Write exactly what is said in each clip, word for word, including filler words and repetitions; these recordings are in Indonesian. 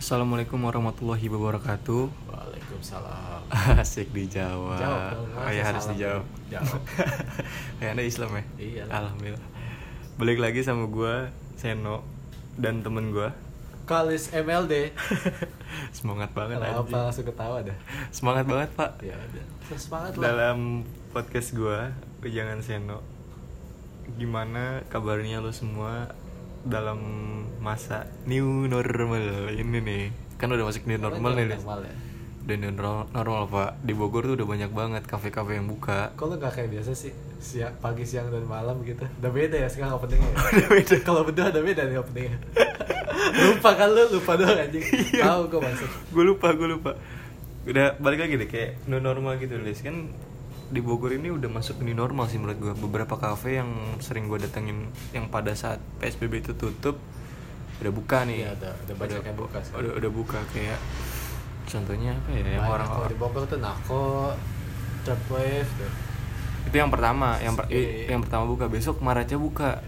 Assalamualaikum warahmatullahi wabarakatuh. Waalaikumsalam. Asik dijawab. Jawab dong. Oh ya harus dijawab. Jawab. Kayak Anda Islam ya? Iya. Alhamdulillah. Balik lagi sama gue Seno dan temen gue Kalis M L D. Semangat banget Kenapa anjing. langsung ketawa dah? Semangat banget pak. Ya udah. Terus semangat lah. Dalam podcast gue Ujangan Seno, gimana kabarnya lo semua dalam masa new normal ini nih? Kan udah masuk new normal nih. Normal ya. Udah new normal, normal pak. Di Bogor tuh udah banyak banget kafe-kafe yang buka. Kok lu gak kayak biasa sih? Siang, pagi, siang, dan malam gitu. Udah beda ya sekarang openingnya. Udah beda. Kalau berdua udah beda nih openingnya. Lupa kan lu? Lupa doang anjing. Tahu gue masuk. Gue lupa, gue lupa. Udah balik lagi deh kayak new normal gitu, Lis. Kan di Bogor ini udah masuk new normal sih menurut gue. Beberapa kafe yang sering gue datengin yang pada saat P S B B itu tutup udah buka nih. Iya, udah, udah banyak yang buka sih. Udah udah buka kayak contohnya apa ya? Yang Banyak orang kalau di Bogor tuh Nako, Third Wave tuh. itu yang pertama, yang per, Iya. yang pertama buka. Besok Maraca buka.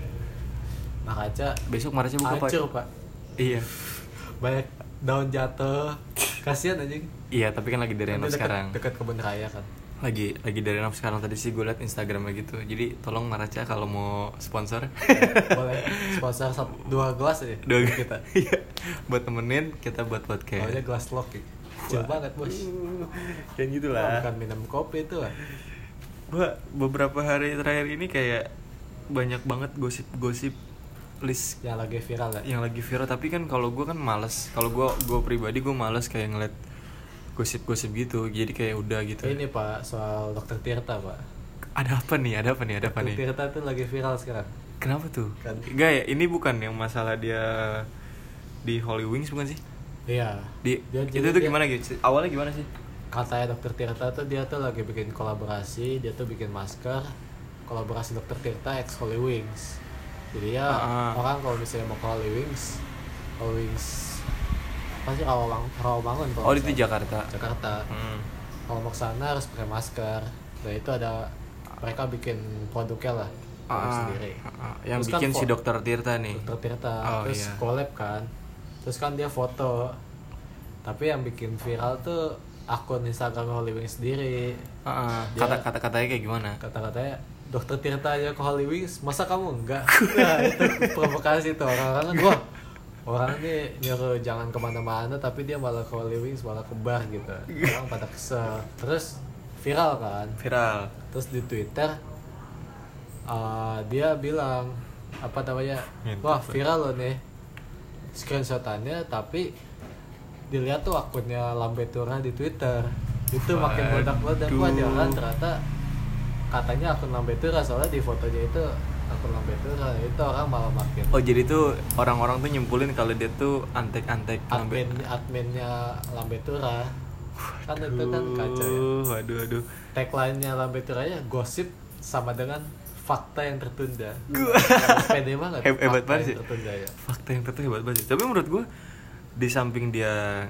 Makaca Besok Maraca buka, Pak. hancur pak. Iya. Banyak daun jatuh. Kasian anjing. Iya, tapi kan lagi direnov Nanti sekarang. Dekat kebun raya kan. Lagi lagi direnov sekarang, tadi sih gue liat Instagramnya gitu. Jadi tolong Maraca kalau mau sponsor. Boleh sponsor satu, dua gelas aja. Dua kita. Iya. Buat temenin kita buat podcast. Awalnya gelas lock ya. Kecil banget bos. Kayak gitulah. Bukan minum kopi itu lah. Gua beberapa hari terakhir ini kayak banyak banget gosip-gosip list Yang lagi viral ya. yang lagi viral. Tapi kan kalau gue kan males. Kalau gue gue pribadi gue males kayak ngeliat gosip-gosip gitu. Jadi kayak udah gitu. Ini pak soal dokter Tirta pak. Ada apa nih? Ada apa nih? Ada apa Dokter nih? Tirta tuh lagi viral sekarang. Kenapa tuh? Kan. Enggak ya, ini bukan yang masalah dia di Holy Wings bukan sih? Iya. Di Dia- itu jadi tuh dia- gimana gitu? Awalnya gimana sih? Katanya dokter Tirta tuh dia tuh lagi bikin kolaborasi. Dia tuh bikin masker. Kolaborasi dokter Tirta X Holy Wings. Jadi ya Ah, ah. orang kalau misalnya mau ke Holy Wings, Holy Wings apa sih Rawang Rawamangun Oh, kalau nggak itu salah. Jakarta. Jakarta. Hmm. Kalau mau kesana harus pakai masker. Dan itu ada mereka bikin produknya lah produk Ah, sendiri. ah, ah. Yang Terus kan bikin si fo- dokter Tirta nih. Dokter Tirta. Oh, Terus iya. collab kan. Terus kan dia foto. Tapi yang bikin viral tuh akun Instagram Holy Wings sendiri. Ah, ah. Dia- Kata kata katanya kayak gimana? Kata-katanya Dokter Tirta aja ke Holy Wings, masa kamu enggak? Nah itu provokasi tuh orang-orang kan, wah orang ini nyuruh jangan kemana-mana tapi dia malah ke Holy Wings, malah ke bar gitu. Orang pada kesel. Terus viral kan. Viral. Terus di Twitter uh, dia bilang apa namanya, Ngintip, wah Pak. viral loh nih screenshotannya, tapi dilihat tuh akunnya Lambetura di Twitter itu makin meledak-meledak. Wah jangan ternyata katanya akun Lambetura, soalnya di fotonya itu akun Lambetura, itu orang malah makin Oh, jadi tuh orang-orang tuh nyimpulin kalau dia tuh antek-antek admin adminnya Lambetura kan. Itu kan kacau ya. Waduh, waduh. Tagline-nya Lambeturanya gosip sama dengan fakta yang tertunda. Pede banget. He- hebat fakta banget yang sih. tertunda ya. Fakta yang tertulis hebat banget. Tapi menurut gue di samping dia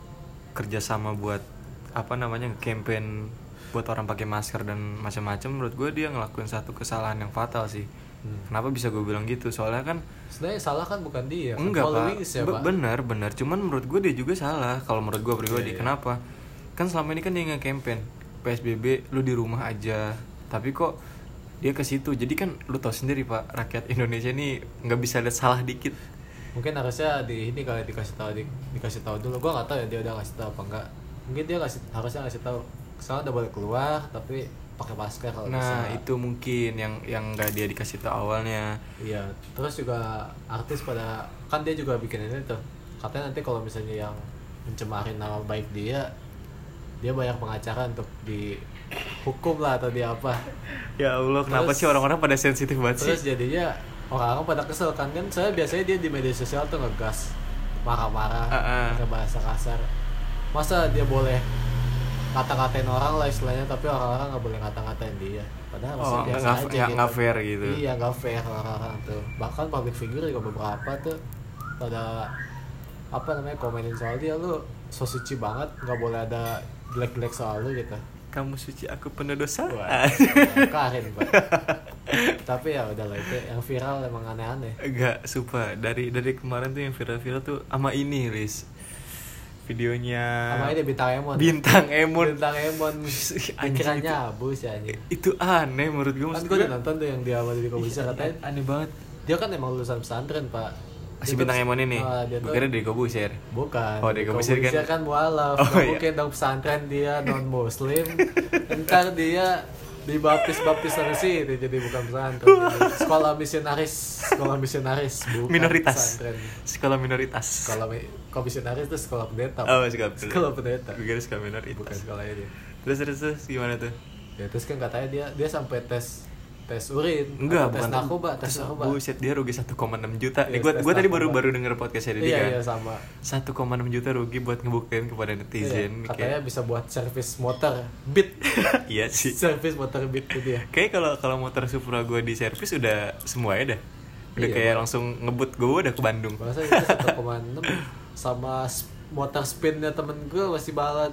kerjasama buat apa namanya campaign buat orang pakai masker dan macam-macam, menurut gue dia ngelakuin satu kesalahan yang fatal sih. Hmm. Kenapa bisa gue bilang gitu? Soalnya kan Sebenarnya salah kan bukan dia. Kan enggak pak, followings ya, Be- Pak. benar benar. Cuman menurut gue dia juga salah. Kalau menurut gue pribadi, Iya, iya. kenapa? Kan selama ini kan dia nge-campaign P S B B, lu di rumah aja. Tapi kok dia ke situ? Jadi kan lu tahu sendiri pak, rakyat Indonesia ini nggak bisa lihat salah dikit. Mungkin harusnya di ini kali dikasih tahu di, dikasih tahu dulu. Gua nggak tahu ya dia udah ngasih tahu apa enggak. Mungkin dia kasih harusnya ngasih tahu. Soalnya udah boleh keluar tapi pakai masker kalau bisa. Nah itu mungkin yang yang nggak dia dikasih tahu awalnya. Iya, terus juga artis pada kan dia juga bikin ini tuh. Katanya nanti kalau misalnya yang mencemarin nama baik dia, dia banyak pengacara untuk dihukum lah atau dia apa. Ya Allah, kenapa Terus- sih orang-orang pada sensitif banget Terus sih? jadinya orang-orang pada kesel kan kan saya biasanya dia di media sosial tuh ngegas, marah-marah, Ah, ah. pakai bahasa kasar. Masa dia boleh ngata-ngatain orang lah istilahnya, tapi orang-orang nggak boleh ngata-ngatain dia. Padahal harusnya Oh, biasa nggak- aja nggak- gitu. nggak fair gitu. Iya nggak fair orang-orang tuh. Bahkan public figure juga beberapa tuh pada apa namanya komenin soal dia, lu so suci banget, nggak boleh ada jelek-jelek soal lu gitu. Kamu suci, aku penuh dosa. Wah, Karin pak. Tapi ya udahlah, itu yang viral emang aneh-aneh. Enggak, sumpah. Dari dari kemarin tuh yang viral-viral tuh sama ini, Riz. videonya Sama ini Bintang Emon. Bintang Emon. Bintang Emon. Pikirannya abu sih anjing. Itu aneh menurut gue. Kan gue udah nonton tuh yang dia sama Deddy Corbuzier katanya. Aneh banget. Dia kan emang lulusan pesantren, Pak. Si Bintang Emon ini. Uh, dia gue kira Deddy Corbuzier. Bukan. Oh, Deddy Corbuzier kan. kan mualaf. Oh, Gak iya. mungkin dong pesantren dia non muslim. Ntar dia dibaptis-baptis sama sih itu jadi bukan pesantren. Jadi sekolah misionaris, sekolah misionaris bukan Minoritas. pesantren. Sekolah minoritas. Sekolah mi- kalau misionaris itu sekolah pendeta. Oh, sekolah pendeta. Sekolah pendeta. Gue kira sekolah minoritas. Bukan sekolah ini. Terus terus terus gimana tuh? Ya terus kan katanya dia dia sampai tes tes urin, Enggak, tes bukan narkoba, tes narkoba. Buset, dia rugi satu koma enam juta. Iya, Nih, gue tes gue tadi narkoba. baru baru denger podcastnya Deddy Iya kan. iya sama. satu koma enam juta rugi buat ngebuktiin kepada netizen. Iya, katanya bisa buat servis motor beat. Iya sih. Servis motor beat itu dia. Kayak kalau kalau motor Supra gue di servis udah semuanya dah. Udah Iya, kayak Bang. langsung ngebut gue udah ke Bandung. Masa itu satu koma enam sama s- motor spinnya temen gue masih balan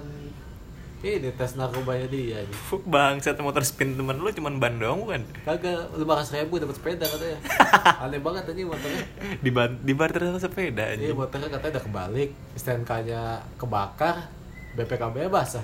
ini tes narkobanya dia nih. Fuck bang, satu motor spin temen lu cuman ban doang bukan? Kagak lima ratus ribu dapat sepeda katanya. Aneh banget aja motornya. Di ban di barter sama sepeda aja. Iya motornya katanya udah kebalik, S T N K-nya kebakar, B P K B-nya basah.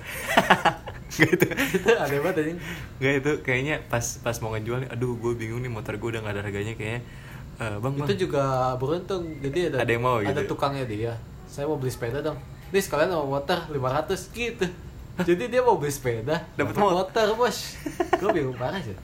Gak itu. Itu aneh banget anjing. Gak itu kayaknya pas pas mau ngejual nih, aduh gue bingung nih motor gue udah gak ada harganya kayaknya. Eh, bang bang. Itu juga beruntung. Jadi ada Ada yang mau ada gitu? tukangnya dia. Saya mau beli sepeda dong. Nih sekalian sama motor lima ratus gitu. Jadi dia mau beli sepeda, Dapat dapat motor. motor, Bos. Gue bingung parah sih.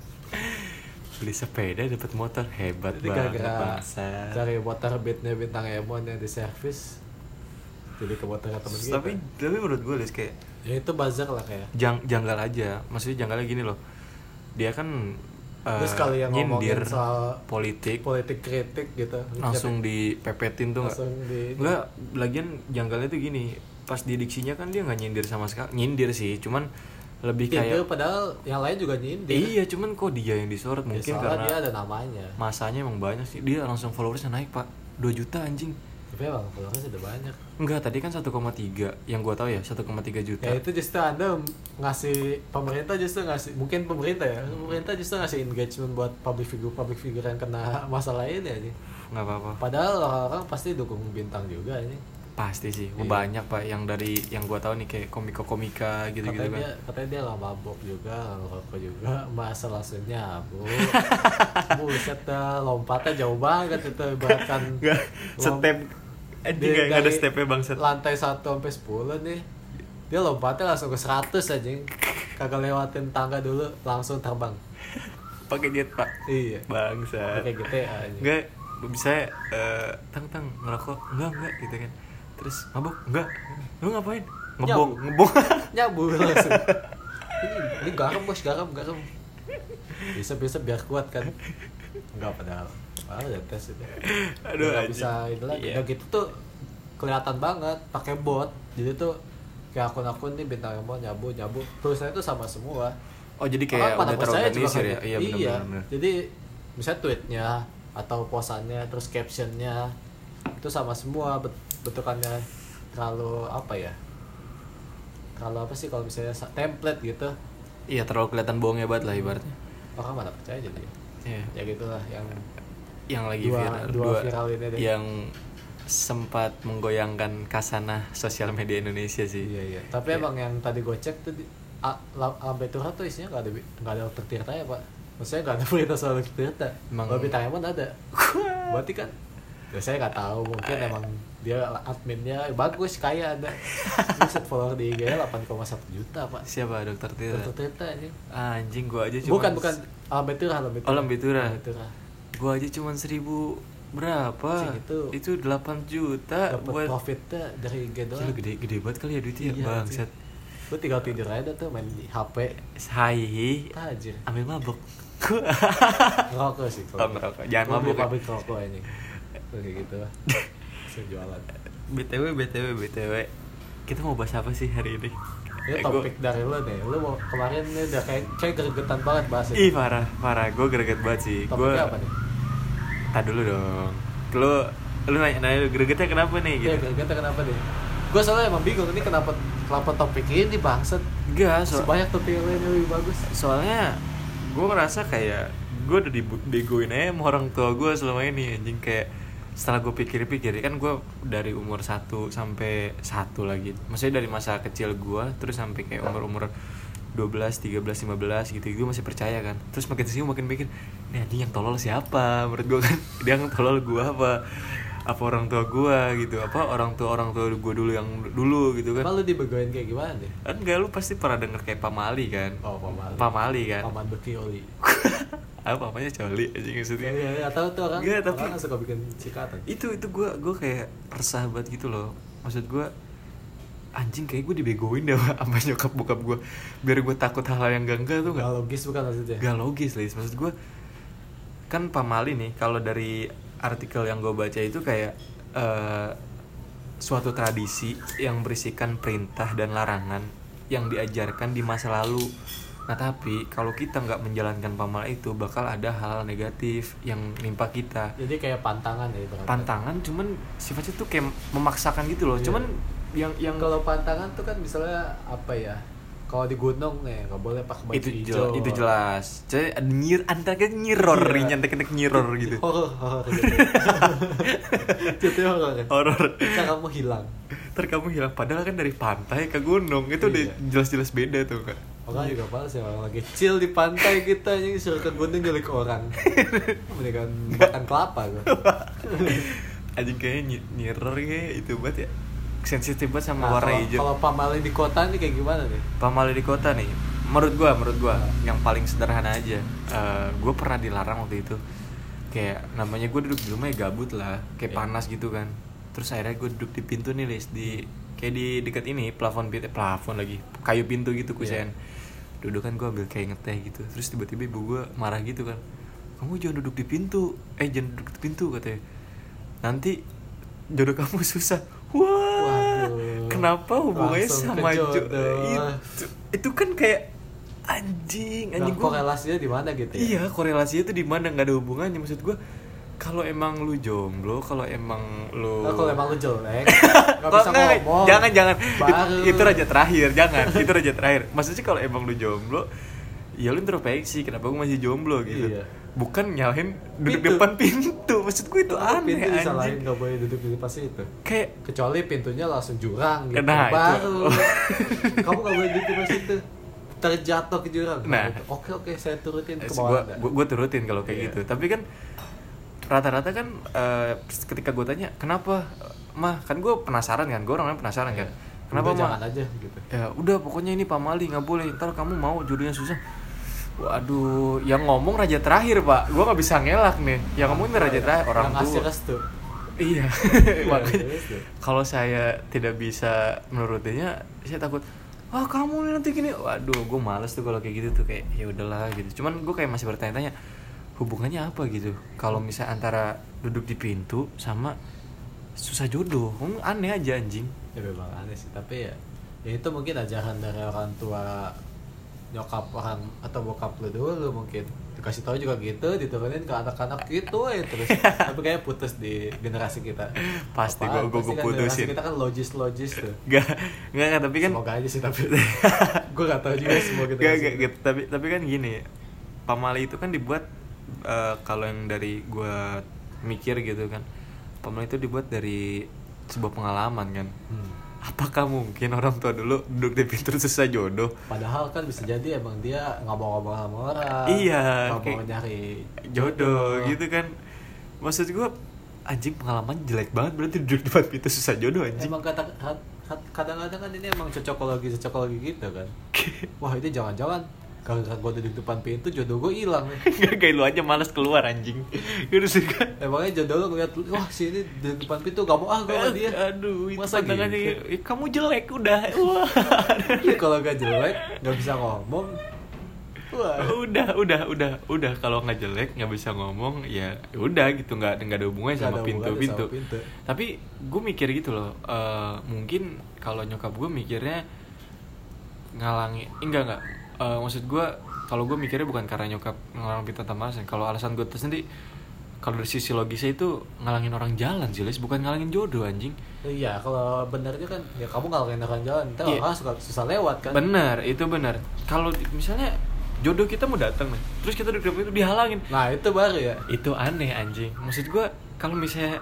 Beli sepeda dapat motor hebat Jadi banget gara-gara bangsa. cari motor beatnya Bintang Emon yang di servis. Jadi ke motornya temen kita. Tapi tapi menurut gue Lis kayak Ya itu buzzer lah kayak. jang, janggal aja. Maksudnya janggalnya gini loh. Dia kan eh, Terus kali yang nyindir ngomongin soal politik politik kritik gitu. langsung dipepetin tuh nggak? langsung di Enggak, lagian janggalnya tuh gini. Pas di diksinya kan dia nggak nyindir sama sekali. Nyindir sih, cuman lebih Itu kayak padahal yang lain juga nyindir. iya, cuman kok dia yang disorot Ya, mungkin soalnya karena dia ada namanya. masanya emang banyak sih. Dia langsung followersnya naik, Pak. dua juta anjing. Tapi emang followersnya sudah banyak. Enggak, tadi kan satu koma tiga. Yang gua tahu ya satu koma tiga juta. Ya itu justru Anda ngasih pemerintah justru ngasih mungkin pemerintah ya. Pemerintah justru ngasih engagement buat public figure public figure yang kena masalah ini aja. Nggak apa-apa. Padahal orang-orang pasti dukung Bintang juga ini. Pasti sih. Iya. Banyak, Pak, yang dari yang gua tahu nih kayak komika-komika gitu-gitu Katanya kan. dia katanya dia nggak mabok juga, nggak ngerokok juga, masa langsung nyabu. Buset dah, lompatnya jauh banget itu ibaratkan Enggak, lom- step anjing Dia nggak nggak ada dari stepnya bangsat. lantai satu sampai sepuluh nih. Dia lompatnya langsung ke seratus aja. Kagak lewatin tangga dulu, langsung terbang. Pakai jet, Pak. Iya. Bangsa. Kayak gitu ya. Enggak, bisa eh tang tang ngerokok. Enggak, enggak gitu kan. Terus mabuk? Enggak. Lu ngapain? Ngebong, Nyabu. ngebong. Nyabu langsung. Ini, ini garam bos, garam, garam. Bisa-bisa biar kuat kan. Enggak padahal. Ah, udah tes itu. Aduh, Nggak anjing. bisa itu lagi. Iya. Udah gitu tuh kelihatan banget pakai bot. Jadi tuh kayak akun-akun nih Bintang Emon nyabu nyabu. Tulisannya tuh sama semua. Oh, jadi kayak Orang pada udah percaya juga terorganisir kan ya? gitu. Iya, benar Iya. benar. Jadi misalnya tweetnya atau posannya terus captionnya itu sama semua bet- bentukannya terlalu apa ya? Terlalu apa sih kalau misalnya sa- template gitu. Iya, terlalu kelihatan bohongnya banget lah ibaratnya. Orang mana percaya jadi. Iya. Ya gitulah yang Yang lagi Dua- viral, dua viral ini deh. yang sempat menggoyangkan kasanah sosial media Indonesia sih. iya iya. Tapi Iya. emang yang tadi gue cek tuh di, a, la- Lambe Tura tuh isinya nggak ada nggak ada dokter Tirta ya pak. Maksudnya nggak ada berita soal dokter Tirta. Emang- Kalau Bintang Emon ada. Berarti kan ya saya nggak tahu mungkin emang dia adminnya bagus kaya ada. Buset follower di I G delapan koma satu juta pak. Siapa dokter Tira? Dokter Tirta ini. Anjing, gua aja cuma Bukan bukan Lambe Tura Lambe Tura. Oh, Lambe Tura. Lambe Tura. Gua aja cuma seribu berapa? Sih, itu- itu delapan juta Dapat buat profitnya dari I G doang. Gila, gede gede banget kali ya duitnya Iya, bangsat. Gue tinggal tidur aja tuh main di H P. Hai, Tajir. ambil mabok. Ngerokok sih Oh, ngerokok. Jangan Gua beli mabuk ya. pabrik rokok ini. Kayak gitu lah. Bisa jualan. B T W B T W B T W. Kita mau bahas apa sih hari ini? Ini Eh, gua- topik dari lo nih. Lo mau kemarin nih udah kayak kayak gregetan banget bahasnya. Ih, parah, parah. Gue greget banget sih. Gue Topiknya apa nih? Tadi dulu dong. Lu lu nanya, nanya gregetnya kenapa nih Iya, gitu? gregetan kenapa nih? Gue soalnya emang bingung ini kenapa kenapa topik ini bangsat. Enggak, so, Sebanyak topik yang lain yang lebih bagus. soalnya gue ngerasa kayak gue udah dibegoin aja sama orang tua gue selama ini anjing kayak setelah gue pikir-pikir kan gue dari umur satu sampai satu lagi, maksudnya dari masa kecil gue terus sampai kayak umur-umur dua belas, tiga belas, lima belas gitu gue masih percaya kan. Terus makin sini makin mikir, nih anjing yang tolol siapa menurut gue kan. Dia yang tolol gue apa apa orang tua gue gitu, apa orang tua orang tua gue dulu yang dulu gitu kan. Malu dibegoin kayak gimana deh? Enggak, lu pasti pernah denger kayak Pamali kan. Oh, Pamali. Pamali kan. Paman Bekioli. Apa namanya coli anjing maksudnya. Iya, iya, tahu tuh orang. Nggak, tapi orang suka bikin cikatan. Itu itu gue gue kayak resah banget gitu loh. Maksud gue anjing kayak gue dibegoin dah sama nyokap bokap gue biar gue takut hal-hal yang enggak tuh. Gak logis bukan maksudnya? Gak logis Lis. Maksud gue kan Pamali nih, kalau dari artikel yang gue baca itu kayak uh, suatu tradisi yang berisikan perintah dan larangan yang diajarkan di masa lalu. Nah tapi kalau kita nggak menjalankan Pamali itu bakal ada hal negatif yang nimpa kita. Jadi kayak pantangan ya berarti. Pantangan cuman sifatnya tuh kayak memaksakan gitu loh. Iya. Cuman yang yang kalau pantangan tuh kan misalnya apa ya? Kalau di gunung nih nggak boleh pakai baju itu hijau. jelas, itu jelas. Jadi ada nyir antara kan nyiror, Iya. nyantek-nyantek nyiror gitu. Horor, horor gitu. Itu horor. Ya? Horor. Kan kamu hilang. Ntar kamu hilang padahal kan dari pantai ke gunung itu Iya. udah jelas-jelas beda tuh kan. Orang juga males ya, orang lagi chill di pantai kita yang suruh ke gunung nyulik orang. Mendingan makan kelapa gua. Anjing kayaknya ny- nyiror kayak itu banget ya. Sensitif banget sama Nah, warna kalau- hijau. Kalau Pamali di kota nih kayak gimana nih? Pamali di kota nih, menurut gua, menurut gua yang paling sederhana aja. Uh, gua pernah dilarang waktu itu. Kayak namanya gua duduk di rumah ya gabut lah, kayak Iya. panas gitu kan. Terus akhirnya gua duduk di pintu nih, Lis, di kayak di dekat ini plafon pintu, eh, plafon lagi, kayu pintu gitu kusen. Iya. Duduk kan gua ambil kayak ngeteh gitu. Terus tiba-tiba ibu gua marah gitu kan. Kamu jangan duduk di pintu. Eh jangan duduk di pintu katanya. Nanti jodoh kamu susah. Wah. Waduh. Kenapa hubungannya Langsung sama ke jodoh? jodoh. Itu, itu kan kayak anjing, Nah, anjing gua. korelasinya di mana gitu ya? Iya, korelasinya tuh di mana, enggak ada hubungannya maksud gua. Kalau emang lu jomblo, kalau emang lu Nah, kalau emang lu jelek, nggak bisa Kok nggak? ngomong. Jangan jangan. Baru. Itu, itu raja terakhir, jangan. Itu raja terakhir. Maksudnya kalau emang lu jomblo, ya lu introspeksi, kenapa gua masih jomblo gitu. Iya. Bukan nyalahin duduk Pintu. depan pintu. Maksud gue itu Kalau aneh pintu disalahin anjing. nggak boleh duduk di depan situ. Kayak Kecuali pintunya langsung jurang gitu. Nah, itu. Baru. Kamu nggak boleh duduk di depan situ. Terjatuh ke jurang. Nah. Oke oke saya turutin ke gue bawah Anda. gue turutin kalau kayak Iya. gitu. Tapi kan rata-rata kan eh, ketika gue tanya kenapa, mah kan gue penasaran kan, gue orangnya penasaran kan. Kenapa Udah, mah? jangan aja gitu. Ya udah pokoknya ini Pamali nggak boleh. Ntar kamu mau jodohnya susah. Waduh, yang ngomong raja terakhir pak, gue nggak bisa ngelak nih. Yang ngomong ini raja terakhir orang Yang ngasih tua. restu. Iya, Iya, makanya restu. kalau saya tidak bisa menurutinya, saya takut. Ah kamu nih nanti gini. Waduh, gue males tuh kalau kayak gitu tuh kayak ya udahlah gitu. Cuman gue kayak masih bertanya-tanya hubungannya apa gitu. Kalau misalnya antara duduk di pintu sama susah jodoh, hmm, aneh aja anjing. Ya memang aneh sih, tapi ya, ya itu mungkin ajaran dari orang tua nyokap orang atau bokap lu dulu mungkin dikasih tahu juga gitu, diturunin ke anak-anak gitu ya terus. Tapi kayak putus di generasi kita. Pasti Apaan? gue gue Pasti kan putusin. generasi kita kan logis-logis tuh. Gak, gak, gak, tapi kan Semoga aja sih tapi gue gak tahu juga semua gitu. gak, gak, gak, tapi tapi kan gini, Pamali itu kan dibuat eh, kalau yang dari gue mikir gitu kan, Pamali itu dibuat dari sebuah pengalaman kan. Hmm. Apakah mungkin orang tua dulu duduk di pintu susah jodoh? Padahal kan bisa jadi emang dia nggak mau ngomong sama orang. Iya, Nggak mau kayak nyari Jodoh gitu kan. Maksud gue anjing pengalaman jelek banget berarti duduk di depan pintu susah jodoh anjing. Emang kata kadang-kadang kan ini emang cocokologi cocokologi gitu kan. Wah ini jangan-jangan kalau gue duduk depan pintu jodoh gue hilang nih. Gak kayak lu aja malas keluar anjing. Gue suka. Emangnya jodoh lo ngeliat wah sini duduk depan pintu gak mau ah gue sama dia. Aduh, itu Masa pandangannya gitu? "Eh, kamu jelek udah. Wah. Kalau gak jelek gak bisa ngomong. Wah. udah, udah, udah, udah kalau nggak jelek nggak bisa ngomong ya udah gitu nggak nggak ada hubungannya Nggak sama ada pintu hubungannya pintu. sama pintu. Tapi gue mikir gitu loh, eh, mungkin kalau nyokap gue mikirnya ngalangi, eh, enggak enggak, Eh, maksud gue kalau gue mikirnya bukan karena nyokap ngalang pintu tanpa alasan. Kalau alasan gue tersendiri, kalau dari sisi logisnya itu ngalangin orang jalan sih, Les, bukan ngalangin jodoh anjing. Iya kalau benernya kan ya kamu ngalahin orang jalan, ntar Iya. orang suka susah lewat kan. Benar, itu benar. Kalau di- misalnya jodoh kita mau datang nih, terus kita duduk di itu dihalangin. Nah itu baru ya. Itu aneh anjing. Maksud gue kalau misalnya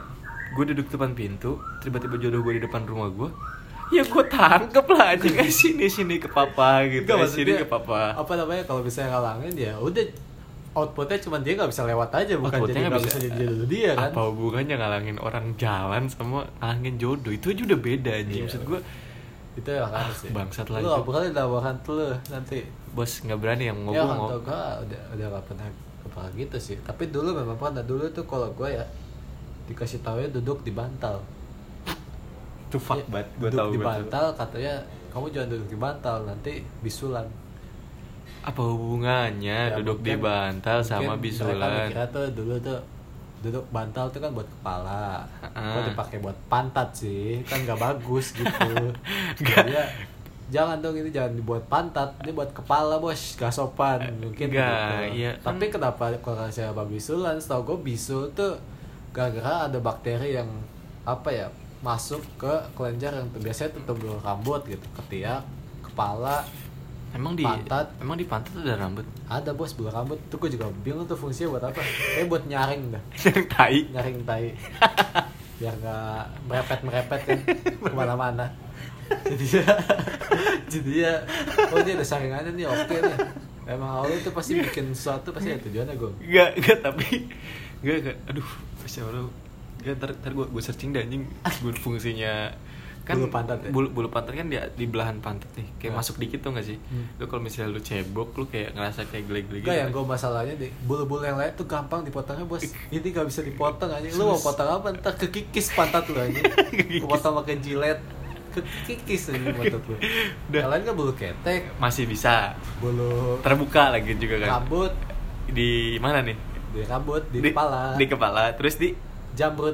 gue duduk depan pintu, tiba-tiba jodoh gue di depan rumah gue, ya gue tangkep lah anjing, eh sini sini ke papa gitu, eh sini ke papa. Apa namanya kalau misalnya ngalangin ya udah outputnya cuma dia nggak bisa lewat aja, bukan Outputnya jadi nggak bisa- bisa jadi jodoh dia kan. Apa hubungannya ngalangin orang jalan sama ngalangin jodoh? Itu aja udah beda anjing. Iya. Maksud gue, Itu ya kan Ah, sih. bangsat lah Lu itu. apa kali tawaran tuh lu nanti. bos nggak berani yang Ya kan ngomong. tau gue udah udah gak pernah kepala gitu sih. Tapi dulu memang pernah, dulu tuh kalau gue ya dikasih tahu ya duduk di bantal. Itu fuck Ya, banget, gue duduk tahu di gue tahu. bantal katanya kamu jangan duduk di bantal nanti bisulan. Apa hubungannya Ya, duduk di mungkin- bantal sama Mungkin mereka bisulan? mikirnya tuh dulu tuh duduk bantal tuh kan buat kepala, Ah. kok dipakai buat pantat sih, kan nggak bagus gitu. Nggak. Jadi ya, jangan dong, ini jangan dibuat pantat, ini buat kepala bos, gak sopan mungkin Nggak, gitu. iya. Tapi kenapa kalau saya apa bisulan? Setahu gue bisul tuh gara-gara ada bakteri yang apa ya masuk ke kelenjar yang biasanya tuh tumbuh rambut gitu, ketiak, kepala. Emang di Pantat. emang di pantat ada rambut? Ada bos bulu rambut tuh, gue juga bingung tuh fungsinya buat apa. Kayak buat nyaring dah, Tai. nyaring tai, biar nggak merepet merepet kan kemana-mana. Jadi ya, jadi ya, oh dia ada saringannya nih, oke nih. Emang Allah itu pasti bikin sesuatu pasti ada tujuannya gue. Enggak, enggak tapi enggak enggak. Aduh, siapa lu? Enggak, ntar, ntar gue gue searching dah anjing gue fungsinya kan Bulu pantat ya? bulu, bulu pantat kan di, di belahan pantat nih kayak Nah. masuk dikit tuh nggak sih? Hmm. Lu kalau misalnya lu cebok lu kayak ngerasa kayak geli-geli Enggak, gitu. yang gue masalahnya deh, bulu-bulu yang lain tuh gampang dipotongnya bos. Ini gak bisa dipotong aja. Lu mau potong apa? Ntar kekikis pantat lu aja. Lu potong pakai jilet, kekikis aja pantat lu. Udah. Yang lain kan bulu ketek, Masih bisa bulu terbuka lagi juga kan. rambut, Di mana nih? di rambut, di, kepala, Di kepala, terus di jamrut.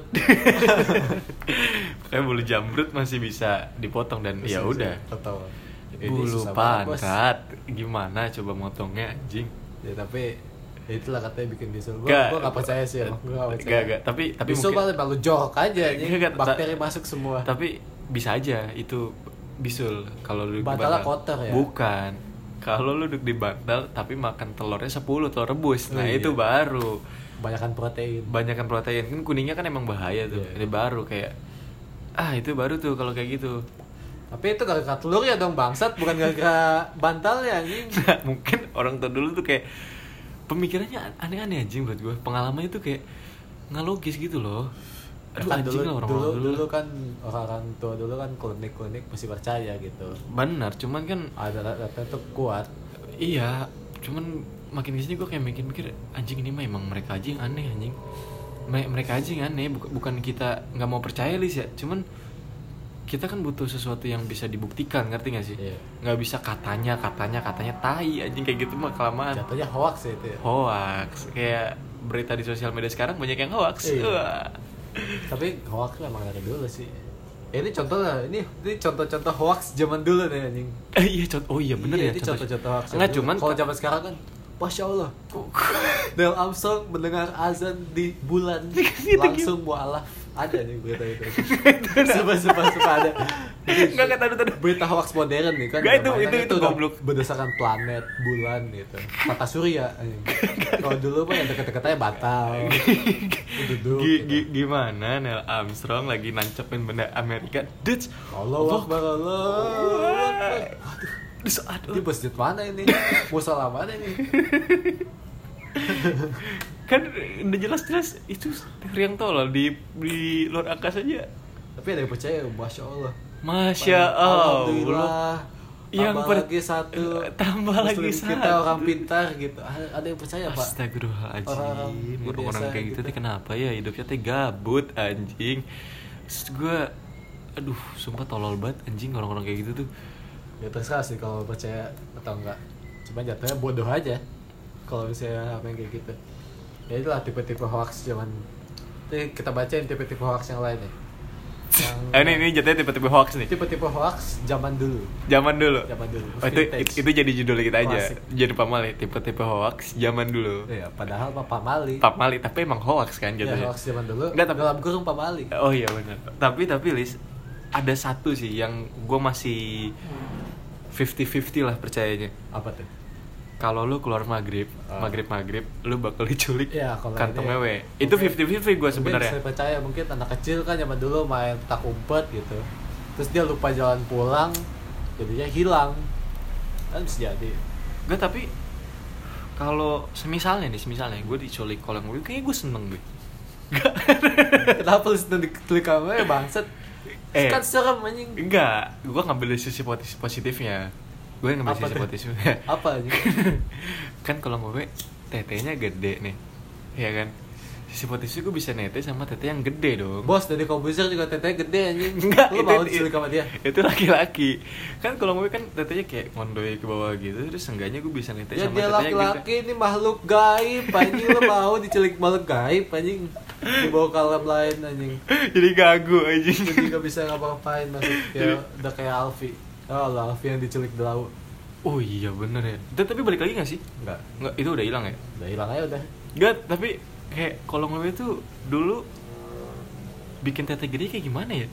kayak bulu jamrut masih bisa dipotong dan ya udah. Tahu. Ini Bulu susah banget, Bos. pantat gimana coba motongnya anjing? Ya tapi ya itulah katanya bikin bisul. Gue Nggak. gue gak percaya sih emang. Gue gak percaya. Gak, gak, tapi tapi Bisul mungkin paling malu jorok aja nih. Nggak, nggak, Bakteri ta- masuk semua. tapi bisa aja itu bisul kalau lu di Bantalnya bantal. kotor ya? Bukan. Kalau lu duduk di bantal tapi makan telurnya sepuluh telur rebus. Nah, Oh, iya. itu baru Kebanyakan protein. banyakan protein. Kan kuningnya kan emang bahaya tuh. Iya. Ini baru kayak ah itu baru tuh kalau kayak gitu. Tapi itu gara-gara telurnya dong bangsat, bukan gara-gara bantalnya anjing. Nah, mungkin orang tua dulu tuh kayak pemikirannya aneh-aneh anjing menurut gue. Pengalamannya tuh kayak nggak logis gitu loh. Aduh Kan anjing dulu, lah orang dulu, dulu. dulu kan orang tua dulu kan klinik-klinik mesti percaya gitu. Benar, cuman kan Ada data tuh kuat. iya, cuman makin kesini gue kayak mikir-mikir anjing ini mah emang mereka aja yang aneh anjing. Me- mereka aja yang aneh, bukan bukan kita nggak mau percaya Lis ya, cuman kita kan butuh sesuatu yang bisa dibuktikan, ngerti gak sih? Iya. Nggak bisa katanya katanya katanya tai anjing kayak gitu mah kelamaan. Jatuhnya hoax ya itu ya. Hoax kayak berita di sosial media sekarang banyak yang hoax. Iya. Wah. Tapi hoax emang dari dulu sih. Ya, ini contoh lah, ini ini contoh-contoh hoax zaman dulu nih anjing. Eh, iya contoh. Oh iya bener Iya, ya. ini contoh-contoh hoax. Enggak dulu. cuman kalau zaman sekarang kan Masya Allah, Neil Armstrong mendengar azan di bulan langsung mualaf. Ada nih berita itu. Sumpah, sumpah, sumpah ada. Enggak enggak tadi tadi. Berita hoax modern nih kan. Nggak, itu- mainannya itu- itu udah goblok. berdasarkan planet, bulan gitu. Tata surya. anjing. Kalau dulu mah yang deket-deketnya batal. Duduk. Gi- gitu. gi- gimana Neil Armstrong lagi nancepin benda Amerika, Dutch. Allahu Akbar, Allahu Akbar. Terus aduh. Ini masjid mana ini? Musola mana ini? Kan udah jelas-jelas itu teori yang tolol di di luar angkasa aja. Tapi ada yang percaya, Masya Allah. Masya Allah. Alhamdulillah. Yang Tambah per- lagi satu. tambah lagi Muslim kita satu. orang pintar gitu. Ada ada yang percaya, Pak. Astagfirullahaladzim. Orang-orang di Orang-orang desa kayak gitu gitu. teh kenapa ya hidupnya teh gabut anjing. Terus gue aduh sumpah tolol banget anjing orang-orang kayak gitu tuh. Ya terserah sih kalau percaya atau enggak. Cuma jatuhnya bodoh aja. Kalau misalnya apa yang kayak gitu. Ya itulah tipe-tipe hoax zaman. Nanti kita bacain tipe-tipe hoax yang lain ya. Yang Ah, ini ini jatuhnya tipe-tipe hoax nih. tipe-tipe hoax zaman dulu. Zaman dulu. Zaman dulu. Oh, itu, Vintage. itu itu jadi judul kita aja. Klasik. Jadi pamali tipe-tipe hoax zaman dulu. Ya, padahal Pak Pamali. Pak Mali tapi emang hoax kan Ya, jatuhnya. hoax zaman dulu. Nggak, tapi- dalam kurung Pamali. Oh iya benar. Tapi tapi Lis ada satu sih yang gue masih fifty fifty lah percayanya. Apa tuh? kalau lu keluar maghrib, Ah. maghrib maghrib, lu bakal diculik Iya, kalau kantong ini- wewe. Itu Oke. fifty fifty gue Mungkin sebenarnya. saya percaya mungkin anak kecil kan zaman dulu main petak umpet gitu, terus dia lupa jalan pulang, jadinya hilang, kan bisa jadi. Gak, tapi kalau semisalnya nih, semisalnya gue diculik kolong wewe, kayaknya gue seneng gue. Kenapa lu seneng dikulik kamu ya bangsat? Eh. Kan serem anjing. Enggak, gue ngambil dari sisi posi- positifnya. Gue ngambil Apa sisi tuh? positifnya. Apa anjing? Kan kalau gue tetenya gede nih, ya kan. Sisi positifnya gue bisa nete sama tete yang gede dong. Bos dari komputer juga tetenya gede anjing. Enggak, Lu itu- mau itu- diculik sama dia? Itu laki-laki. Kan kalau gue kan tetenya kayak ngondoy ke bawah gitu, terus enggaknya gue bisa nete Ya sama dia tetenya gede. laki-laki ini makhluk gaib anjing, lu mau diculik makhluk gaib anjing, dibawa ke alam lain anjing. Jadi gagu aja. Jadi gak bisa ngapa-ngapain masuk kayak udah kayak Alfi. Oh lah, Alfi yang diculik di laut. Oh iya bener ya. Dan, tapi balik lagi gak sih? Enggak, Enggak, itu udah hilang ya? udah hilang aja udah. Enggak, tapi kayak kolong wewe itu dulu bikin tete gede kayak gimana ya?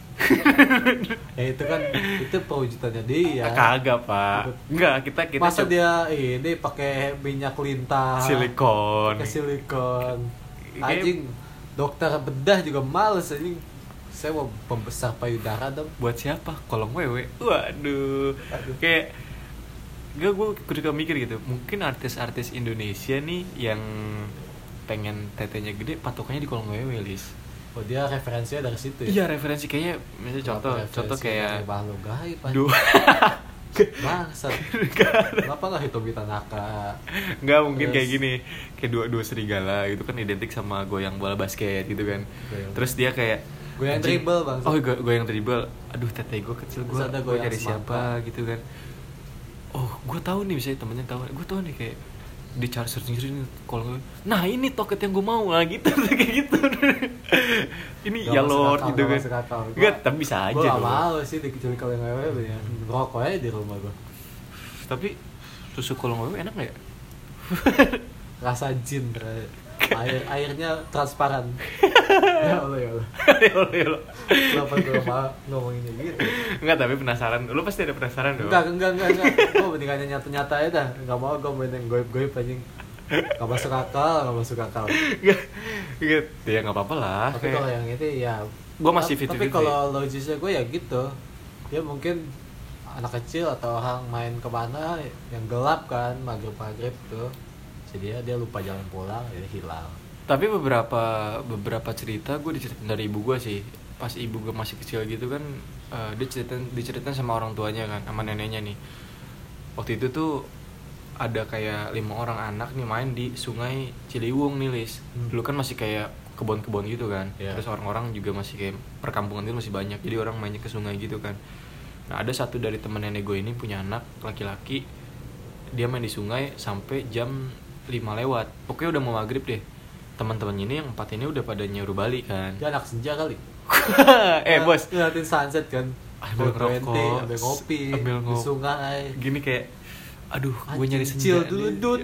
Ya itu kan itu perwujudannya dia. Kagak, Pak. Enggak, kita kita Masa coba- dia ini pakai minyak lintah, silikon. pakai silikon. Kayak- Anjing, dokter bedah juga males anjing. Saya mau pembesar payudara dong. Buat siapa? Kolong wewe. Waduh. Aduh. Kayak gue gue juga mikir gitu. Mungkin artis-artis Indonesia nih yang pengen tetenya gede patokannya di kolong wewe, Lis. Oh dia referensinya dari situ ya? Iya, referensi kayaknya misalnya contoh, Referensi contoh dari kayak makhluk gaib Duh. bangsat. Kenapa nggak Hitomi Tanaka? Nggak mungkin Terus- kayak gini, kayak dua dua serigala itu kan identik sama goyang bola basket gitu kan. Goyang. Terus dia kayak Goyang anjing, dribble, Bang. Oh, go- goyang dribble. Aduh, tete gue kecil, gue Terus ada gue goyang dari semangka. siapa gitu kan. Oh, gue tahu nih, misalnya temennya tahu. Gue tahu nih kayak di cari searching sini kalau nah ini toket yang gue mau lah gitu kayak gitu. Ini Gak ya masuk Lord akal, gitu gak kan. masuk akal. Gua- Enggak, tapi bisa aja Gue gak dong. mau sih diculik kalau yang wewe ya. Rokok aja di rumah gue. Tapi susu kolong wewe enak nggak ya? Rasa jin. Air airnya transparan. Ya Allah ya Allah. Ya Allah, ya Allah. Kenapa gue mau ngomonginnya gitu? Enggak, tapi penasaran. Lu pasti ada penasaran dong. Enggak, enggak, enggak, enggak. Gue mendingannya nyata-nyata aja dah. Enggak mau gue main yang goib-goib anjing. Gak masuk akal, gak masuk akal. Enggak. Enggak. Ya enggak apa-apa lah. Tapi Kayak- kalau yang itu ya Gua masih Tapi fifty-fifty. kalau logisnya gue ya gitu. Dia mungkin anak kecil atau orang main kemana yang gelap kan, maghrib-maghrib tuh. Jadi dia, dia lupa jalan pulang, dia hilang. Tapi beberapa beberapa cerita gue diceritain dari ibu gue sih. Pas ibu gue masih kecil gitu kan, eh, dia ceritain diceritain sama orang tuanya kan, sama neneknya nih. Waktu itu tuh ada kayak lima orang anak nih main di Sungai Ciliwung nih, Lis. Hmm. Dulu kan masih kayak kebun-kebun gitu kan. Iya. Terus orang-orang juga masih kayak perkampungan itu masih banyak. Jadi orang mainnya ke sungai gitu kan. Nah, ada satu dari temen nenek gue ini punya anak laki-laki. Dia main di sungai sampai jam lima lewat. Pokoknya udah mau maghrib deh. Teman-temannya ini yang empat ini udah pada nyuruh balik kan. Dia anak senja kali. eh Nah, bos, ngeliatin sunset kan. Ambil four twenty, ngerokok, ambil ngopi ambil di ngopi. sungai. gini kayak, aduh, gue Anjing, nyari kecil senja dulu, nih. Dut.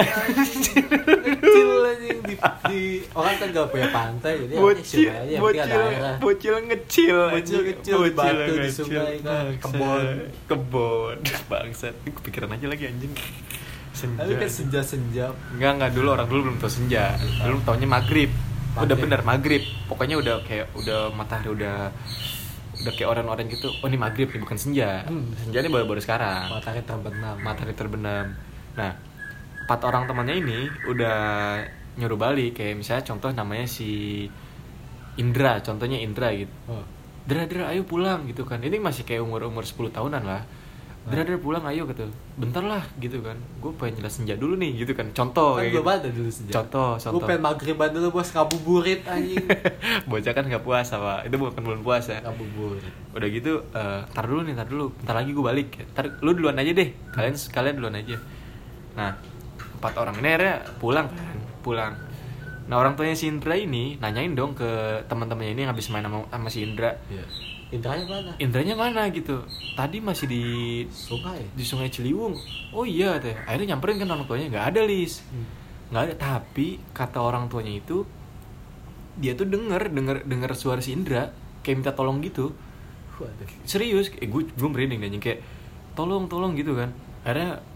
Kecil anjing di, di orang kan gak punya pantai jadi ya Bocil, sungai aja yang penting ada bocil, daerah. bocil ngecil, Bocil anjing. kecil di batu, di sungai kan, Bangsat. kebon. Kebon, bangsat. Ini kepikiran aja lagi anjing. Senja. Tapi kan senja-senja. Enggak, enggak, dulu orang dulu belum tahu senja. Dulu taunya maghrib. Udah Maghrib. bener maghrib. Pokoknya udah kayak udah matahari udah udah kayak orang-orang gitu. Oh, ini maghrib nih, bukan senja. Hmm. Senja ini baru-baru sekarang. Matahari terbenam. Matahari terbenam. Nah, empat orang temannya ini udah nyuruh balik. Kayak misalnya contoh namanya si Indra, contohnya Indra gitu. Oh. Dra, Dra, ayo pulang gitu kan. Ini masih kayak umur-umur sepuluh tahunan lah. Dra, Dra, pulang ayo gitu. Bentar lah gitu kan. Gue pengen jelas senja dulu nih gitu kan. Contoh Kan kayak belum gitu. ada dulu senja. Contoh, Gue contoh. pengen maghriban dulu bos, ngabuburit anjing. Bocah kan gak puasa, Pak. Itu bukan bulan puasa. Ngabuburit. Udah gitu, eh, tar dulu nih, tar dulu. Bentar lagi gue balik. Tar, lu duluan aja deh. Kalian kalian duluan aja. Nah, empat orang ini akhirnya pulang kan. Pulang. Nah, orang tuanya si Indra ini nanyain dong ke teman-temannya ini yang habis main sama, sama si Indra. Iya. Indranya mana? Indranya mana gitu. Tadi masih di Sungai. di Sungai Ciliwung. Oh iya teh. Akhirnya nyamperin kan orang tuanya, nggak ada, Lis. Hmm. Nggak ada. Tapi kata orang tuanya itu dia tuh denger denger denger suara si Indra kayak minta tolong gitu. Waduh. Serius, eh, gue gue merinding dan kayak tolong tolong gitu kan. Akhirnya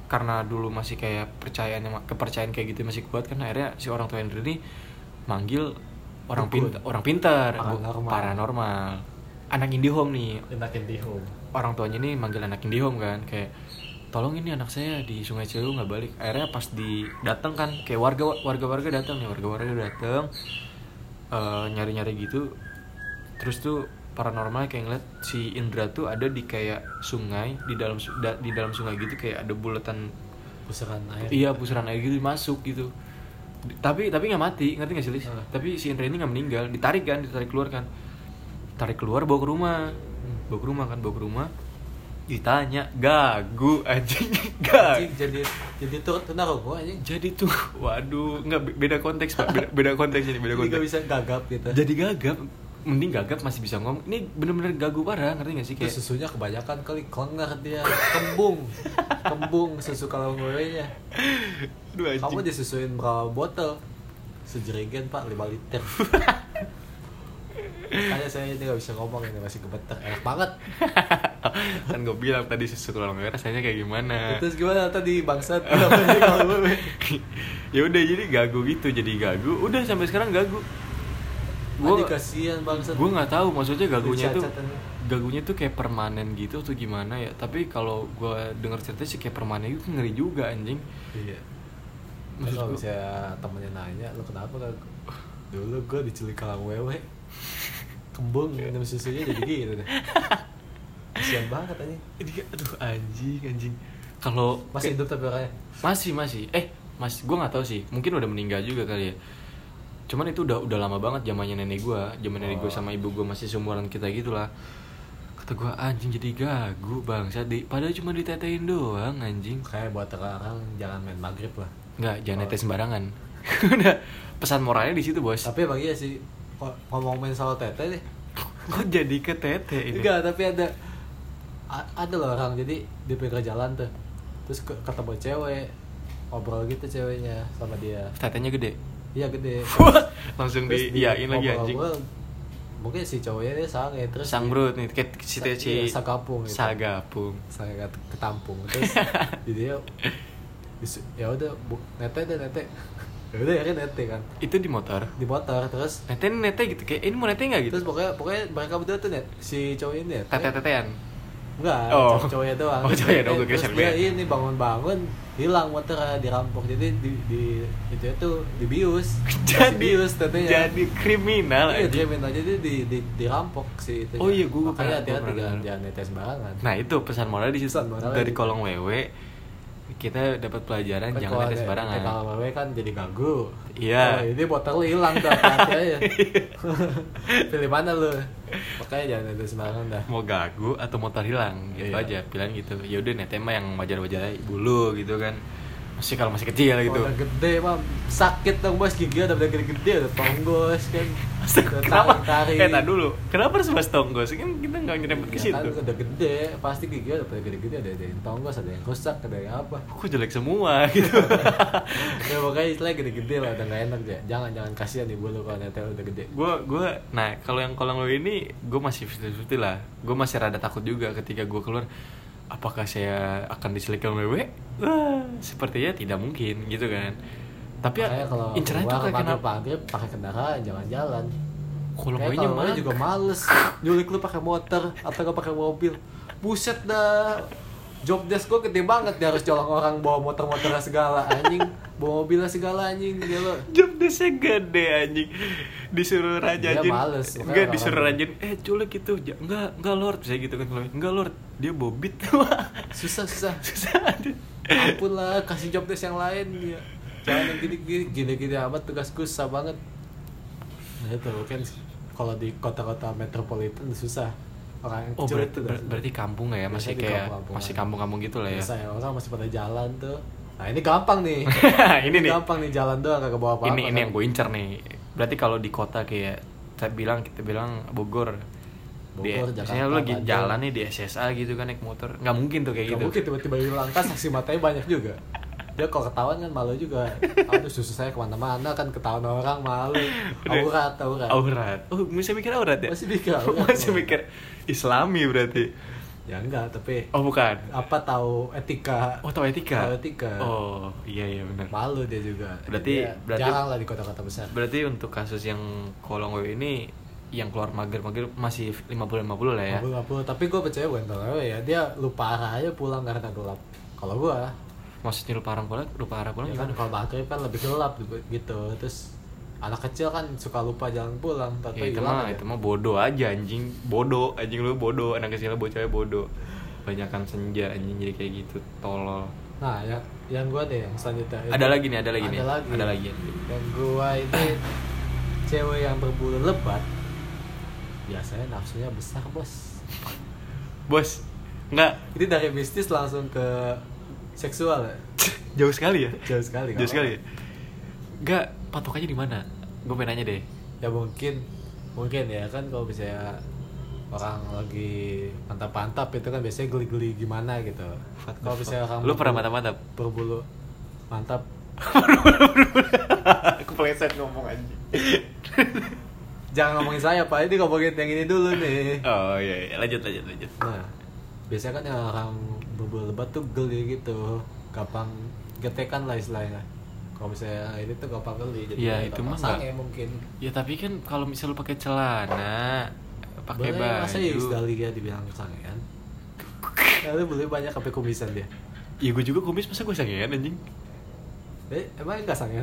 karena dulu masih kayak percayaannya kepercayaan kayak gitu masih kuat kan, akhirnya si orang tua Hendry ini manggil orang pintar, orang pintar, paranormal. paranormal, anak IndiHome nih, anak IndiHome. Orang tuanya nih manggil anak IndiHome kan, kayak tolong ini anak saya di Sungai Ciliwung nggak balik. Akhirnya pas di datang kan, kayak warga warga warga datang nih, warga warga datang uh, nyari nyari gitu, terus tuh paranormal kayak ngeliat si Indra tuh ada di kayak sungai, di dalam da, di dalam sungai gitu, kayak ada bulatan pusaran air. Iya, pusaran air gitu masuk gitu. Tapi tapi nggak mati, ngerti nggak sih Lis? Uh. Tapi si Indra ini nggak meninggal, ditarik kan, ditarik keluar kan, tarik keluar bawa ke rumah, hmm. bawa ke rumah kan, bawa ke rumah, ditanya gagu anjing, gagu. Anjing, jadi jadi turut kenapa gua anjing? Jadi tuh, waduh, nggak beda konteks pak, beda, beda konteks ini, beda konteks. Jadi nggak bisa gagap gitu. Jadi gagap. Mending gagap masih bisa ngomong. Ini bener-bener gagu parah, ngerti gak sih? Kayak itu susunya kebanyakan kali, kelengar dia, kembung, kembung susu kalau ngewenya. Kamu disusuin berapa botol? Sejerigen pak, lima liter. Makanya saya ini gak bisa ngomong, ini masih gemeter, enak banget. Kan gue bilang tadi susu kalau nggak rasanya kayak gimana. Terus gimana tadi bangsat? Ya udah, jadi gagu gitu, jadi gagu. Udah sampai sekarang gagu. Gue kasihan bangsat. Gue nggak tahu maksudnya gagunya tuh, Cacat-catan. gagunya tuh kayak permanen gitu atau gimana ya. Tapi kalau gue dengar cerita sih kayak permanen itu ngeri juga anjing. Iya. Maksud Kalau gua- misalnya temennya nanya, lu kenapa gagu? Dulu gue diculik kalang wewe, kembung minum susunya jadi gitu deh. Kasihan banget anjing. Ini aduh anjing anjing. Kalau Masih hidup tapi orangnya. masih masih eh mas gue nggak tahu sih, mungkin udah meninggal juga kali ya. Cuman itu udah udah lama banget zamannya nenek gue, zaman nenek gue sama ibu gue masih seumuran kita gitulah. Kata gue anjing jadi gagu bangsa, di padahal cuma ditetein doang anjing. Kayak buat orang jangan main maghrib lah. Nggak, jangan Oh. netes sembarangan. Udah pesan moralnya di situ bos. Tapi emang iya sih, kok ngomongin soal tete deh. Kok jadi ke tete ini? Enggak, tapi ada a- ada loh orang jadi di pinggir jalan tuh. Terus ke- ketemu cewek, ngobrol gitu ceweknya sama dia. Tetenya gede. Iya gede. Langsung Terus diiyain lagi anjing. ngobrol-ngobrol, mungkin si cowoknya dia sange terus Sang di- brut nih, kayak si Sa- si iya, sagapung gitu. Sagapung. saya ketampung terus jadi dia disu- ya udah bu- nete deh nete. Ya udah akhirnya nete kan Itu di motor. di motor terus Nete nete gitu, kayak ini mau nete nggak gitu? terus pokoknya pokoknya mereka berdua tuh net si cowok ini net Tete-tetean. enggak Oh. cowok cowoknya doang. Oh, cowoknya doang, gue kira Terus serba. dia ini bangun-bangun hilang motornya dirampok jadi di di itu itu dibius Jadi bius tetenya jadi kriminal iya anjing. kriminal jadi di di dirampok si itu Oh iya, gua pernah- makanya gua hati-hati pernah jangan dengar. jangan netes sembarangan. Nah itu pesan moral di situ, Pesan moral dari di- kolong wewe kita dapat pelajaran Kan jangan kalau netes ada- sembarangan. kalau wewe kan jadi gagu. Iya. Kalau ini botol lu hilang tuh hati aja. Pilih mana lu? Makanya jangan netes sembarangan dah. Mau gagu atau motor hilang gitu Iya. aja pilihan gitu. Ya udah nete mah yang wajar-wajar aja dulu gitu kan. Masih kalau masih kecil gitu. Kalau udah gede mah sakit dong bos, gigi udah udah gede-gede udah tonggos kan. Udah Kenapa? tarik-tarik. Eh, tak dulu. Kenapa harus bahas tonggos? Kan kita nggak nyerempet ke Ya kan situ. udah gede, pasti gigi udah pada gede-gede, ada ada yang tonggos, ada yang rusak, ada yang apa. Kok jelek semua gitu. Ya pokoknya istilahnya gede-gede lah, udah gak enak ya. Jangan jangan kasihan ibu lu kalau netel udah gede. Gue gue nah kalau yang kolong wewe ini gue masih fifty-fifty lah. Gue masih rada takut juga ketika gue keluar. Apakah saya akan diselikkan wewe? Wah, sepertinya tidak mungkin gitu kan. Tapi Makanya kalau inceran tuh keluar kayak kenapa? pagi-pagi pakai kendaraan, jangan jalan. Kalau Kayak wewe kalau mah juga males nyulik lu pakai motor atau nggak pakai mobil. Buset dah. Job desk gue gede banget, dia harus colong orang bawa motor-motornya segala anjing, bawa mobilnya segala anjing dia lo. job desknya gede anjing, disuruh Dia rajin, males, makanya enggak orang- disuruh rajin, eh culik itu, Ja- enggak enggak lord, saya gitu kan kalau enggak lord, dia bobit, Susah susah. susah aja. Ampun lah, kasih job desk yang lain dia. Jangan yang gini-gini, gini-gini amat tugasku susah banget. Nah itu kan kalau di kota-kota metropolitan susah. Orang yang Oh kecil berarti, itu ber- berarti kampung nggak ya, masih Biasanya di kayak kampung-kampungan. masih kampung-kampung gitu lah ya. biasa ya, orang masih pada jalan tuh. Nah ini gampang nih. Ini nih. Gampang nih jalan doang kagak bawa apa-apa. Ini ini kan. yang gue incer nih. Berarti kalau di kota kayak saya bilang kita bilang Bogor, di, Bogor, misalnya Jakarta, lu lagi Bandung. jalan nih di S S A gitu kan naik motor, nggak mungkin tuh kayak Gak gitu. mungkin tiba-tiba hilang kan, saksi matanya banyak juga. Dia kalau ketahuan kan malu juga. Aduh susu saya kemana-mana kan, ketahuan orang malu. Aurat, aurat. Aurat. Oh, masih mikir aurat ya? Masih mikir aurat. Masih mikir Islami berarti. Ya enggak, tapi Oh bukan. apa tahu etika. Oh tahu etika. Tahu etika. Oh iya iya benar. Malu dia juga. Berarti Dia berarti jarang lah di kota-kota besar. Berarti untuk kasus yang kolong W ini yang keluar mager-mager masih lima puluh lima puluh lah ya. lima puluh tapi gue percaya bukan kalau ya dia lupa arah aja pulang karena gelap. Kalau gue Maksudnya lupa arah pulang, lupa arah pulang ya kan gimana? kalau maghrib kan lebih gelap gitu. Terus anak kecil kan suka lupa jalan pulang, tapi Ya, itu mah itu mah bodoh aja anjing, bodoh anjing lu bodoh, anak kecil bocahnya bodoh. Banyakan senja anjing jadi kayak gitu, tolol. Nah, yang yang gue deh yang selanjutnya. Ada lagi nih, ada lagi ada nih. Lagi. Ada lagi. Yang gue ini cewek yang berbulu lebat. Biasanya nafsunya besar, Bos. Bos, enggak Ini dari mistis langsung ke seksual ya? jauh sekali ya? Jauh sekali. Jauh sekali ya? Enggak, patokannya di mana? Gue pengen nanya deh. Ya mungkin mungkin ya kan kalau misalnya orang lagi mantap-mantap itu kan biasanya geli-geli gimana gitu. Kalau misalnya orang Lu pernah mantap-mantap? berbulu mantap. Aku peleset ngomong anjing. Jangan ngomongin saya Pak, ini ngomongin yang ini dulu nih. Oh iya, iya. lanjut lanjut lanjut. Nah, biasanya kan yang orang berbulu lebat tuh geli gitu, gampang getekan lah istilahnya. Kalau misalnya ini tuh gampang geli, jadi Ya, ya, itu gampang mah nggak- sange mungkin. Ya tapi kan kalau misal lu pakai celana, pakai Boleh baju. masa ya Isdalia dibilang sangean? Lalu boleh banyak sampai kumisan dia. Ya gue juga kumis, masa gue sangean anjing? Eh, emang enggak sangean?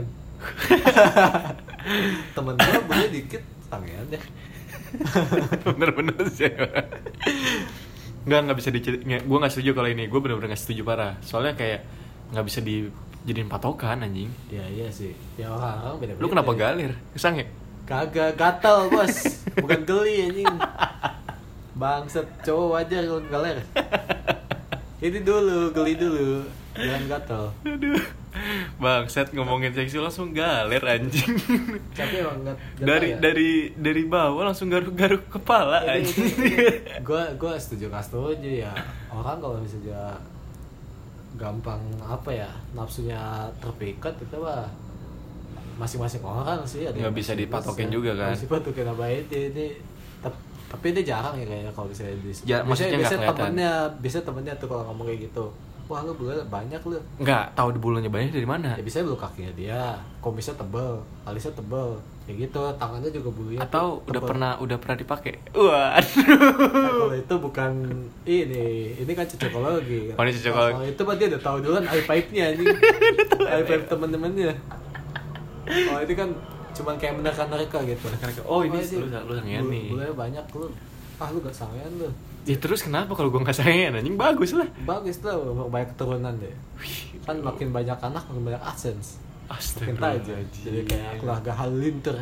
Temen gue boleh dikit sangean deh. Bener-bener sih. Nggak, nggak bisa dicet. Gue nggak setuju kalau ini. Gue bener-bener nggak setuju parah. Soalnya kayak nggak bisa dijadiin patokan anjing. Ya iya sih. Ya orang-orang beda-beda. Lu kenapa galir? Sange? Kagak, gatel bos. Bukan geli anjing. Bangsat, cowok wajar kalau galer. Ini dulu, geli dulu. Jangan gatel. Aduh. Bangsat ngomongin seksual langsung galer anjing. Tapi emang gat, gatel dari ya? dari dari bawah langsung garuk-garuk kepala Ini, anjing. Gue gue setuju nggak setuju ya. Orang kalau misalnya gampang apa ya nafsunya terpikat itu mah masing-masing orang sih. Ada Nggak yang bisa masih dipatokin bisa. juga kan? Nggak bisa dipatokin apa ini, ini tep- tapi ini jarang ya kayaknya kalau misalnya di Ja- maksudnya nggak biasanya kelihatan. temennya biasanya temennya tuh kalau ngomong kayak gitu, wah lu bulu banyak lu. Nggak tahu di bulunya banyak dari mana. Ya biasanya bulu kakinya dia, kumisnya tebel, alisnya tebel, kayak gitu, tangannya juga bulunya Atau tuh udah tebel. pernah udah pernah dipakai. Wah. Nah, kalau itu bukan ini, ini kan cocokologi. Oh, ini cocokologi. Kalau itu mah dia udah tahu duluan air pipe-nya anjing. Air pipe teman-temannya. Oh, ini kan cuman kayak menerka-nerka gitu. Oh, ini lu lu sangean bulu- nih. Bulunya banyak lu. Ah, lu gak sangean lu. Ya terus kenapa kalau gue nggak sangean anjing? Bagus lah. Bagus lah, banyak keturunan deh. Kan makin banyak anak, makin banyak AdSense. Makin tajam. Jadi kayak keluarga Halilintar.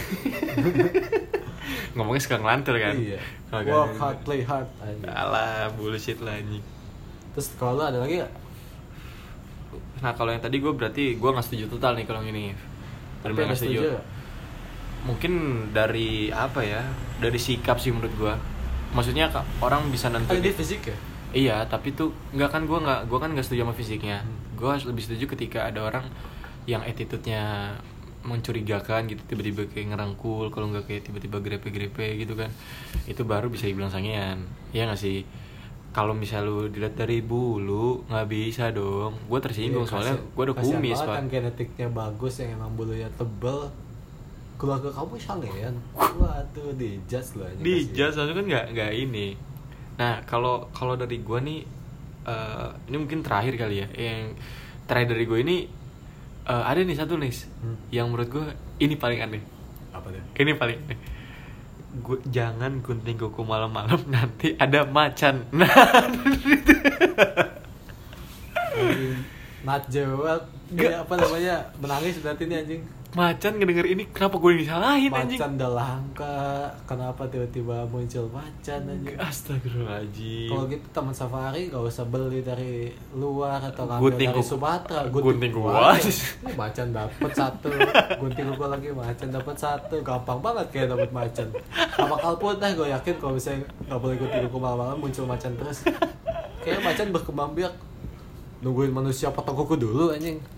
Ngomongnya suka ngelantur kan? Iya. Keluarga Work Halilintar. hard, play hard. anjing. Alah, bullshit lah anjing. Terus kalau lu ada lagi gak? Nah kalau yang tadi gue berarti gue nggak setuju total nih kalau yang ini. Tapi Benar-benar ada nggak setuju. setuju gak? Mungkin dari apa ya? Dari sikap sih menurut gue. Maksudnya ka- orang bisa Ah, nentuin. ini fisik ya? Iya, tapi tuh nggak kan gue nggak gue kan nggak setuju sama fisiknya. Hmm. Gue lebih setuju ketika ada orang yang attitude-nya mencurigakan gitu, tiba-tiba kayak ngerangkul, kalau nggak kayak tiba-tiba grepe-grepe gitu kan. Itu baru bisa dibilang sangean. Iya nggak sih? Kalau misal lu dilihat dari bulu nggak bisa dong. Gue tersinggung Iya, soalnya kasian- gue udah kasian kumis banget pak. kan genetiknya bagus yang emang bulunya tebel. Keluarga kamu sangean. Waduh, dijudge loh anjing, Dijudge kasian. soalnya kan nggak nggak ini. Nah kalau kalau dari gue nih, eh, ini mungkin terakhir kali ya. Yang terakhir dari gue ini eh, ada nih satu nih, Hmm. yang menurut gue ini paling aneh. Apa tuh? Ini paling aneh. Gue jangan gunting kuku malam-malam nanti ada macan. Nah, Anjing, Nat jawab. Kayak apa namanya? Menangis berarti ini anjing. macan ngedenger ini kenapa gue yang disalahin anjing? Macan udah langka. Kenapa tiba-tiba muncul macan anjing? Astagfirullahaladzim. Kalau gitu taman safari gak usah beli dari luar atau ngambil Gunting dari kuku. Sumatera. Gunting kuku aja. aja. Ini macan dapat satu, gunting kuku lagi macan dapat satu, gampang banget kayak dapat macan. Gak bakal punah, gue yakin kalau misalnya gak boleh gunting kuku malam-malam muncul macan terus. Kayaknya macan berkembang biak nungguin manusia potong kuku dulu anjing.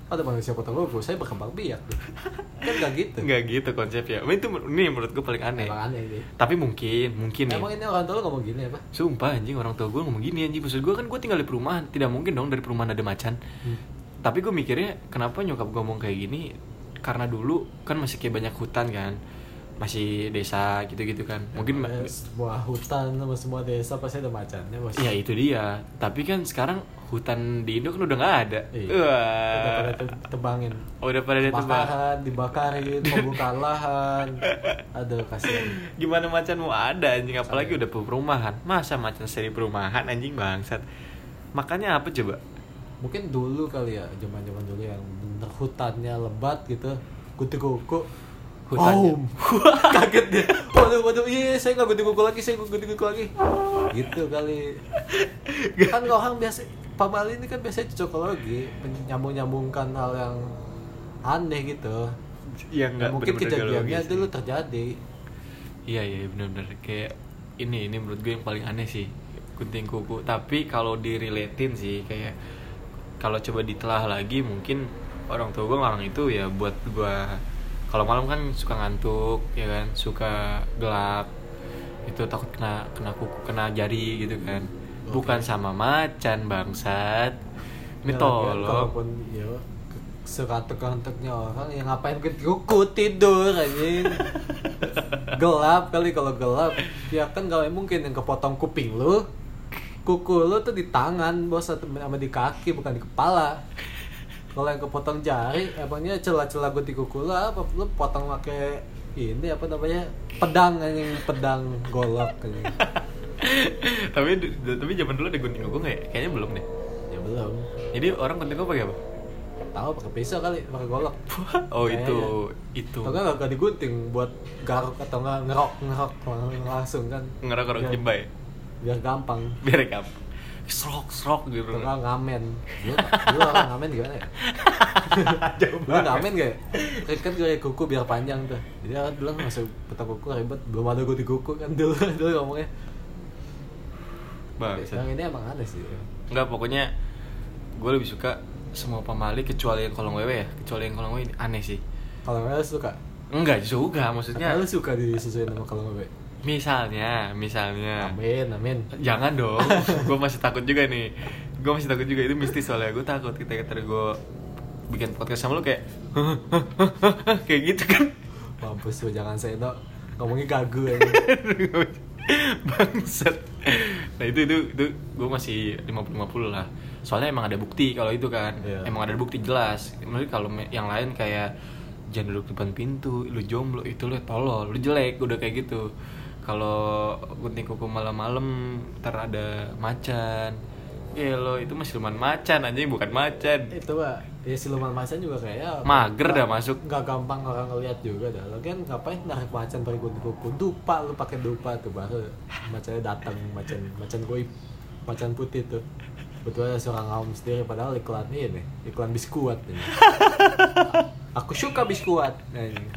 ada manusia potong kuku, saya berkembang biak tuh. Kan nggak gitu. Nggak gitu konsepnya. Itu ini menurut gue paling aneh. Emang aneh sih. Tapi mungkin, mungkin nih. Emang ini orang tua lu ngomong gini apa? Sumpah anjing, orang tua gue ngomong gini anjing. Maksud gue kan gue tinggal di perumahan, tidak mungkin dong dari perumahan ada macan. Hmm. Tapi gue mikirnya kenapa nyokap gue ngomong kayak gini? Karena dulu kan masih kayak banyak hutan kan, masih desa gitu-gitu kan. Mungkin ya, semua hutan sama semua desa pasti ada macannya. Masih. Ya itu dia. Tapi kan sekarang hutan di Indo kan udah nggak ada. Iya. Wah. Udah pada tebangin. Oh, udah pada ditebang. Dibakarin, pembukaan lahan. Aduh kasihan. Gimana macan mau ada anjing, apalagi udah perumahan. Masa macan seri perumahan anjing bangsat. Makanya apa coba? Mungkin dulu kali ya, zaman-zaman dulu yang bener hutannya lebat gitu. Kutu-kuku. Hutannya. Oh, kaget dia. Waduh, waduh, iya saya nggak kutu-kuku lagi, saya kutu-kuku lagi. Gitu kali. Kan orang biasa, Pak Bali ini kan biasanya cocokologi, nyambung-nyambungkan hal yang aneh gitu. Yang nggak mungkin kejadiannya dulu terjadi. Iya iya benar-benar kayak ini ini menurut gue yang paling aneh sih gunting kuku. Tapi kalau direlatin sih kayak kalau coba ditelah lagi mungkin orang tua gue ngarang itu ya buat gue kalau malam kan suka ngantuk ya kan, suka gelap itu takut kena kena kuku kena jari gitu kan. Okay. Bukan sama macan bangsat. Ini ya, tolong. Kalaupun ya sekantuk-kantuknya orang yang ngapain kuku tidur anjing. Gelap kali, kalau gelap ya kan gak mungkin yang kepotong kuping lu. Kuku lu tuh di tangan bos, sama di kaki bukan di kepala. Kalau yang kepotong jari emangnya celah-celah gue di kuku lu apa lu potong pakai ini apa namanya pedang anjing, pedang golok anjing. tapi tapi zaman dulu ada gunting kuku nggak ya? Kayaknya belum deh. Ya belum. Jadi orang gunting kuku pakai apa? Tahu pakai pisau kali, pakai golok. Oh kayaknya. itu itu. Atau nggak nggak digunting buat garuk atau nggak ngerok ngerok langsung kan? Ngerok ngerok jembai. Biar gampang. Biar gampang. Serok serok gitu. Atau nggak ngamen. Lu lu orang ngamen gimana ya? Lu ngamen gak? Kan gue kuku biar panjang tuh. Jadi kan bilang masuk potong kuku ribet, belum ada gunting kuku kan dulu dulu ngomongnya. Bang, yang ini emang aneh sih. Enggak, pokoknya gue lebih suka semua pemali kecuali yang kolong wewe ya. Kecuali yang kolong wewe ini aneh sih. Kolong wewe suka? Enggak juga, maksudnya. Lu suka disesuaiin sama kolong wewe? Misalnya, misalnya. Amin, amin. Jangan dong. Gue masih takut juga nih. Gue masih takut juga, itu mistis soalnya. Gue takut ketika gue bikin podcast sama lu kayak kayak gitu kan. Mampus lu, jangan saya dok. Ngomongnya gagu aja. Bangsat. Nah itu itu itu gue masih lima puluh lima puluh lah. Soalnya emang ada bukti kalau itu kan. Yeah. Emang ada bukti jelas. Maksudnya kalau yang lain kayak jangan duduk depan pintu, lu jomblo, itu lu tolol, lu jelek, udah kayak gitu. Kalau gunting kuku malam-malam ntar ada macan. Ya lo itu mah siluman macan anjing, bukan macan. Itu Pak, ya siluman macan juga kayak mager dah masuk. Enggak gampang orang ngeliat juga dah. Lo kan ngapain narik macan pakai gunting kuku? Dupa, lu pakai dupa tuh baru macannya datang, macan macan goib, macan putih tuh. Betul ada seorang kaum sendiri padahal iklan ini, iklan biskuat ini. Aku suka biskuat. Nah, ini.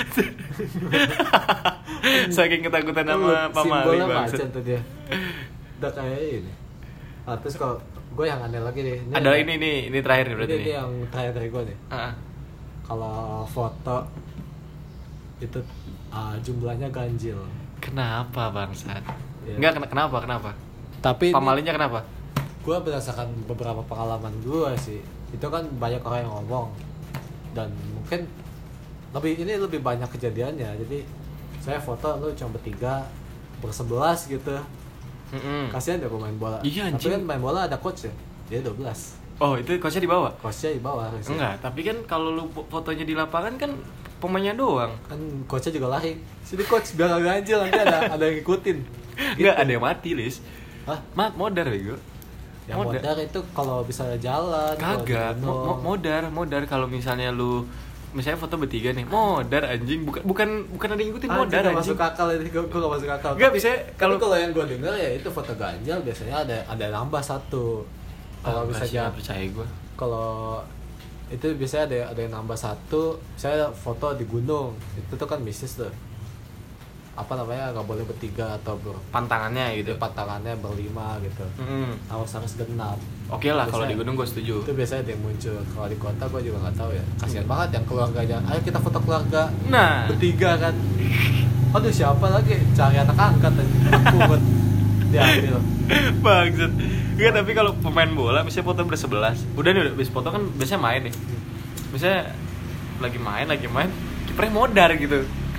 Saking ketakutan sama pamali bangsa. Macan tuh dia. Udah kayak ini. Ah, terus kalau gue yang aneh lagi deh. Ini ada ini nih, ini terakhir nih berarti ini. Ini yang terakhir dari gue nih. Uh-huh. Kalau foto itu uh, jumlahnya ganjil. Kenapa bangsat? Ya. Enggak kenapa kenapa? Tapi pamalinya kenapa? Gue berdasarkan beberapa pengalaman gue sih, itu kan banyak orang yang ngomong dan mungkin lebih ini lebih banyak kejadiannya. Jadi saya foto lu cuma bertiga, bersebelas gitu. Mm-hmm. Kasihan deh pemain bola. Iya, tapi kan main bola ada coach ya, dia dua belas. Oh itu coachnya di bawah? Coachnya di bawah. Coachnya. Enggak, tapi kan kalau lu fotonya di lapangan kan pemainnya doang. Kan coachnya juga lari. Sini coach biar gak ganjil, nanti ada ada yang ngikutin. Gitu. Enggak, ada yang mati Lis. Hah? Mat modar bego. Yang modar. modar itu kalau bisa jalan. Kagak. Mo- modar, modar kalau misalnya lu misalnya foto bertiga nih, modar anjing, bukan bukan bukan ada yang ngikutin ah, modar anjing. Masuk akal ini, gue gak masuk akal. Enggak bisa kalau kalau yang gue dengar ya itu foto ganjal biasanya ada ada nambah satu. Kalau oh, misalnya percaya gue. Kalau itu biasanya ada ada yang nambah satu, saya foto di gunung, itu tuh kan mistis tuh. apa namanya nggak boleh bertiga atau ber Pantangannya gitu. pantangannya berlima gitu. Mm-hmm. Harus harus genap. Oke lah kalau di Biasanya- gunung gue setuju. Itu biasanya ada yang muncul. Kalau di kota gue juga nggak tahu ya. Kasihan banget yang keluarganya. Ayo kita foto keluarga Nah, bertiga kan. Aduh siapa lagi? Cari anak angkat aja. Aku buat diambil. bangsat. Enggak, tapi kalau pemain bola misalnya foto bersebelas, udah nih udah habis foto kan biasanya main nih. Misalnya lagi main, lagi main, kipernya modar gitu.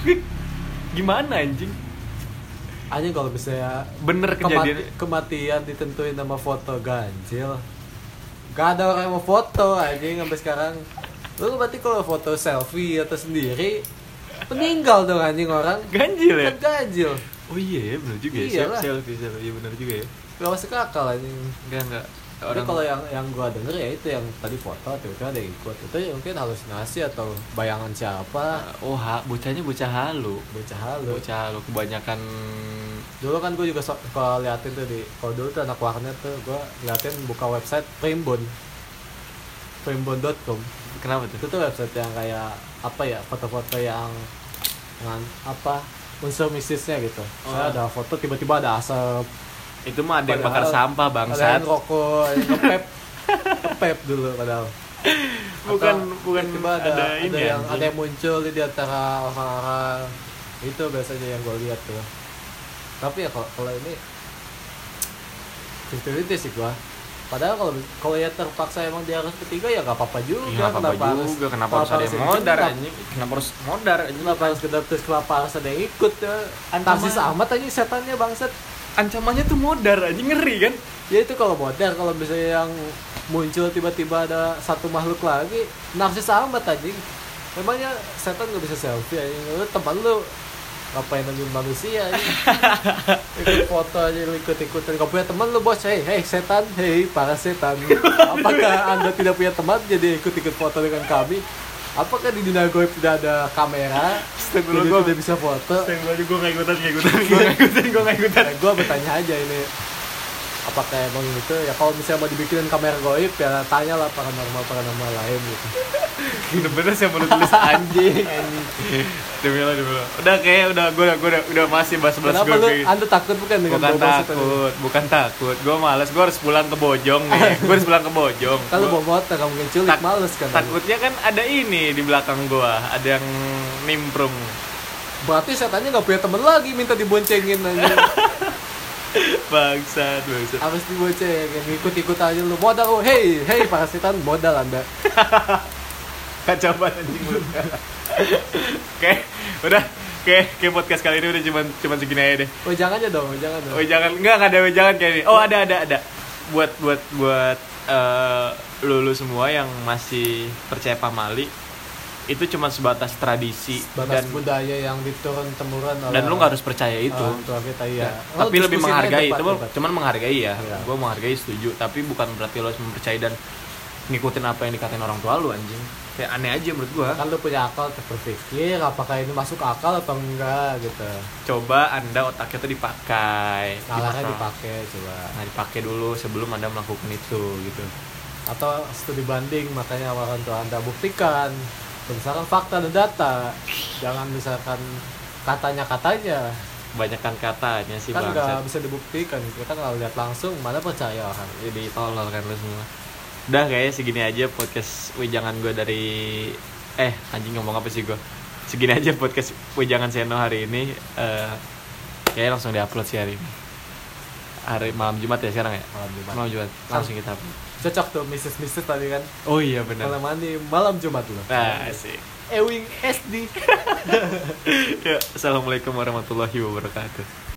Gimana anjing? Anjing kalau misalnya Bener kejadian. kemati- kematian ditentuin nama foto ganjil. Gak ada orang yang mau foto anjing sampai sekarang. Lu berarti kalau foto selfie atau sendiri meninggal dong anjing orang. Ganjil ya? Kan ganjil. Oh iya ya, bener juga ya. Iyalah. Selfie, selfie, iya bener juga ya. Gak masuk akal anjing. Enggak, enggak. Tapi kalau yang yang gua denger ya itu yang tadi foto tiba-tiba ada yang ikut. Itu ya mungkin halusinasi atau bayangan siapa. oh, ha, bocahnya bocah halu. Bocah halu. Bocah halu kebanyakan. Dulu kan gue juga so, kalau liatin tuh di kalau dulu tuh anak warnet tuh gue liatin buka website Primbon primbon dot com. Kenapa tuh? Itu tuh website yang kayak apa ya, foto-foto yang dengan apa unsur mistisnya gitu. Oh. Saya ada foto tiba-tiba ada asap, Itu mah ada yang bakar Padahal sampah ada bangsat. yang rokok, ada yang ngepep ngepep dulu padahal. Bukan Atau bukan tiba-tiba ada, ada, ada, ini yang anjing. ada yang muncul di antara orang-orang. Itu biasanya yang gue lihat tuh. Tapi ya kalau kalau ini fifty-fifty sih gua. Padahal kalau kalau ya terpaksa emang dia harus ketiga ya nggak apa-apa juga. Iya, apa-apa juga. Kenapa harus ada yang modar anjing? Kenapa harus modar anjing? Kenapa harus kedap terus kenapa harus ada yang ikut ya? Ancaman- Narsis amat anjing setannya bangsat. Ancamannya tuh modar anjing, ngeri kan? Ya itu kalau modar, kalau misalnya yang muncul tiba-tiba ada satu makhluk lagi, narsis amat anjing. Memangnya setan nggak bisa selfie anjing? Lu teman lu ngapain nungguin manusia anjing? Ikut foto aja lu ikut-ikutan. Gak punya teman lu bos, hei hei setan, hei para setan. Apakah anda tidak punya teman jadi ikut-ikut foto dengan kami? Apakah di dunia goib tidak ada kamera? Astagfirullah, Jadi gua- tidak bisa foto? Gue aja gue gak ikutan, gak ikutan, gue gak ikutan, gue gak ikutan. Nah, gue bertanya aja ini, apakah emang itu ya kalau misalnya mau dibikinin kamera goib ya tanya lah paranormal paranormal lain gitu. Bener-bener sih menurut tulis anjing, anjing. Demi Allah, demi Allah. Udah kayak udah gue udah gue udah, udah masih bahas-bahas Kenapa gue lu kayak- anda takut bukan dengan Bukan bau setan ini? takut, bukan takut. Gue males, gue harus pulang ke Bojong nih. Gue harus pulang ke Bojong. Kalau Gua- bawa motor kamu mungkin culik tak- males kan. Takutnya kan ada ini di belakang gue, ada yang nimbrung. Berarti setannya nggak punya temen lagi minta diboncengin aja. Bangsat, bangsat. Harus diboncengin, ikut-ikut aja lu. Modal lu, hey, hey para setan modal anda. Kacau banget anjing mulut. Oke, udah. Oke, kayak podcast kali ini udah cuman cuman segini aja deh. Oh jangan aja dong, jangan dong. Oh jangan, enggak enggak ada jangan kayak ini. Oh ada ada ada. Buat buat buat eh, lulu semua yang masih percaya pamali, itu cuma sebatas tradisi Batas dan budaya yang diturun temurun oleh dan lu nggak harus percaya itu. orang tua kita ya. Tapi lebih menghargai, itu cuman menghargai ya. Iya. Gue menghargai, setuju, tapi bukan berarti lo harus mempercayai dan ngikutin apa yang dikatain orang tua lu anjing. Kayak aneh aja menurut gua. Kan lu punya akal untuk berpikir apakah ini masuk akal atau enggak gitu. Coba Anda otaknya tuh dipakai. Nalarnya Dipakai. dipakai coba. Nah, dipakai dulu sebelum Anda melakukan itu gitu. Atau studi banding makanya orang tua anda buktikan berdasarkan fakta dan data. Jangan misalkan katanya-katanya Kebanyakan katanya sih kan bangsat. nggak bisa dibuktikan. Kita nggak lihat langsung mana percaya orang. Jadi tolol kan lu semua. Udah kayaknya segini aja podcast Wejangan gue dari eh anjing ngomong apa sih gue. Segini aja podcast Wejangan Seno hari ini. Eh kayaknya langsung diupload sih hari ini. Hari malam Jumat ya sekarang ya? Malam Jumat. Malam Jumat. Langsung kita upload. Cocok tuh mistis-mistis tadi kan. Oh iya benar. Malam mandi malam Jumat loh. Nah, asik. Ewing S D. Ya, assalamualaikum warahmatullahi wabarakatuh.